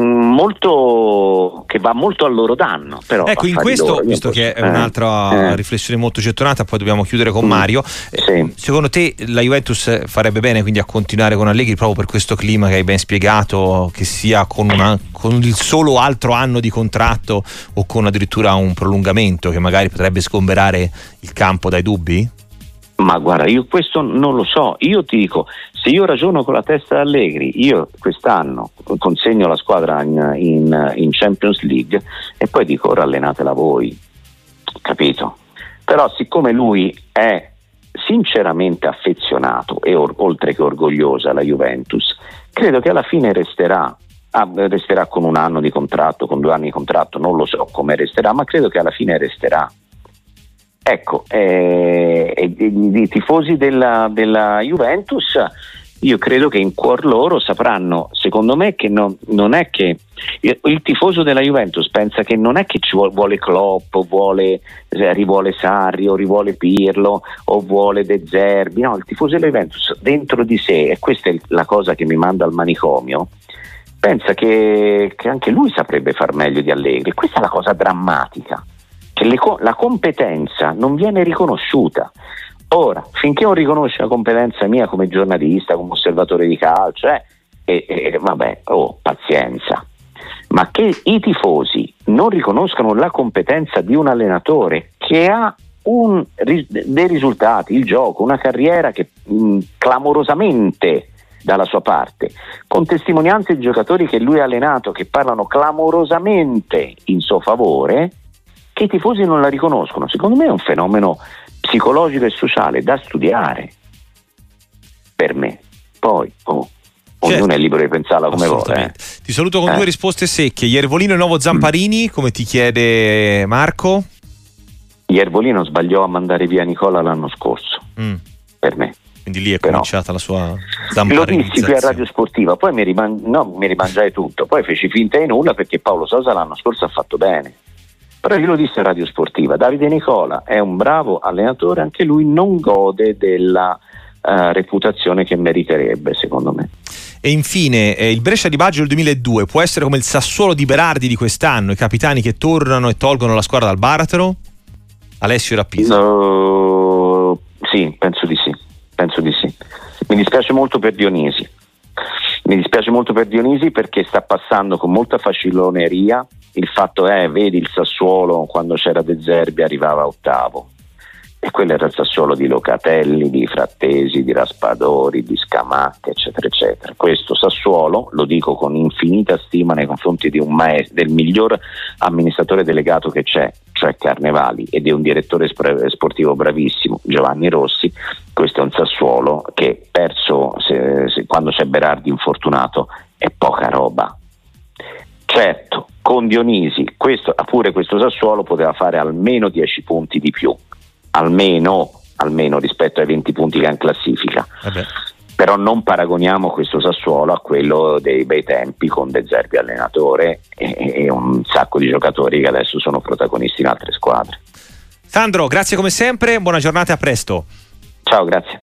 S2: molto che va molto al loro danno, però
S1: ecco, in questo
S2: loro,
S1: visto
S2: posso,
S1: che è
S2: eh,
S1: un'altra
S2: eh.
S1: riflessione molto gettonata, poi dobbiamo chiudere con mm. Mario,
S2: sì.
S1: Secondo te la Juventus farebbe bene quindi a continuare con Allegri proprio per questo clima che hai ben spiegato, che sia con, una, con il solo altro anno di contratto o con addirittura un prolungamento che magari potrebbe sgomberare il campo dai dubbi?
S2: Ma guarda, io questo non lo so. Io ti dico, se io ragiono con la testa di Allegri, io quest'anno consegno la squadra in, in, in Champions League e poi dico ora allenatela voi, capito? Però siccome lui è sinceramente affezionato e or- oltre che orgoglioso alla Juventus, credo che alla fine resterà ah, resterà con un anno di contratto, con due anni di contratto, non lo so come resterà, ma credo che alla fine resterà. Ecco, eh, i, i tifosi della, della Juventus, io credo che in cuor loro sapranno, secondo me, che non, non è che il, il tifoso della Juventus pensa che non è che ci vuole, vuole Klopp o vuole, eh, rivuole Sarri o rivuole Pirlo o vuole De Zerbi. No, il tifoso della Juventus dentro di sé, e questa è la cosa che mi manda al manicomio, pensa che, che anche lui saprebbe far meglio di Allegri. Questa è la cosa drammatica, che le, la competenza non viene riconosciuta. Ora, finché non riconosce la competenza mia come giornalista, come osservatore di calcio, eh, e, e, vabbè, oh, pazienza. Ma che i tifosi non riconoscano la competenza di un allenatore che ha un, dei risultati, il gioco, una carriera che mh, clamorosamente dalla sua parte, con testimonianze di giocatori che lui ha allenato che parlano clamorosamente in suo favore, che i tifosi non la riconoscono, secondo me è un fenomeno psicologico e sociale da studiare, per me. Poi oh, ognuno certo. è libero di pensarla come vuole. Eh.
S1: Ti saluto con
S2: eh.
S1: due risposte secche. Iervolino e nuovo Zamparini, mm. come ti chiede Marco?
S2: Iervolino sbagliò a mandare via Nicola l'anno scorso, mm. per me.
S1: Quindi lì è
S2: Però,
S1: cominciata la sua Zamparinizzazione.
S2: Lo dissi qui a Radio Sportiva, poi mi, riman- no, mi rimangiai tutto, poi feci finta di nulla perché Paolo Sosa l'anno scorso ha fatto bene. Però io lo dissi a Radio Sportiva, Davide Nicola è un bravo allenatore, anche lui non gode della uh, reputazione che meriterebbe, secondo me.
S1: E infine, eh, il Brescia di Baggio del duemiladue può essere come il Sassuolo di Berardi di quest'anno, i capitani che tornano e tolgono la squadra dal baratro? Alessio Rappisa.
S2: No, sì, penso di sì, penso di sì. Mi dispiace molto per Dionisi. Mi dispiace molto per Dionisi perché sta passando con molta faciloneria. Il fatto è, vedi il Sassuolo quando c'era De Zerbi arrivava a ottavo, e quello era il Sassuolo di Locatelli, di Frattesi, di Raspadori, di Scamacca, eccetera eccetera. Questo Sassuolo, lo dico con infinita stima nei confronti di un maestro, del miglior amministratore delegato che c'è, cioè Carnevali, e di un direttore sportivo bravissimo, Giovanni Rossi. Questo è un Sassuolo che, perso se, se, quando c'è Berardi infortunato, è poca roba. Certo, con Dionisi questo, pure questo Sassuolo poteva fare almeno dieci punti di più, almeno, almeno rispetto ai venti punti che ha in classifica.
S1: Vabbè.
S2: Però non paragoniamo questo Sassuolo a quello dei bei tempi con De Zerbi allenatore e, e un sacco di giocatori che adesso sono protagonisti in altre squadre.
S1: Sandro, grazie come sempre, buona giornata e a presto.
S2: Ciao, grazie.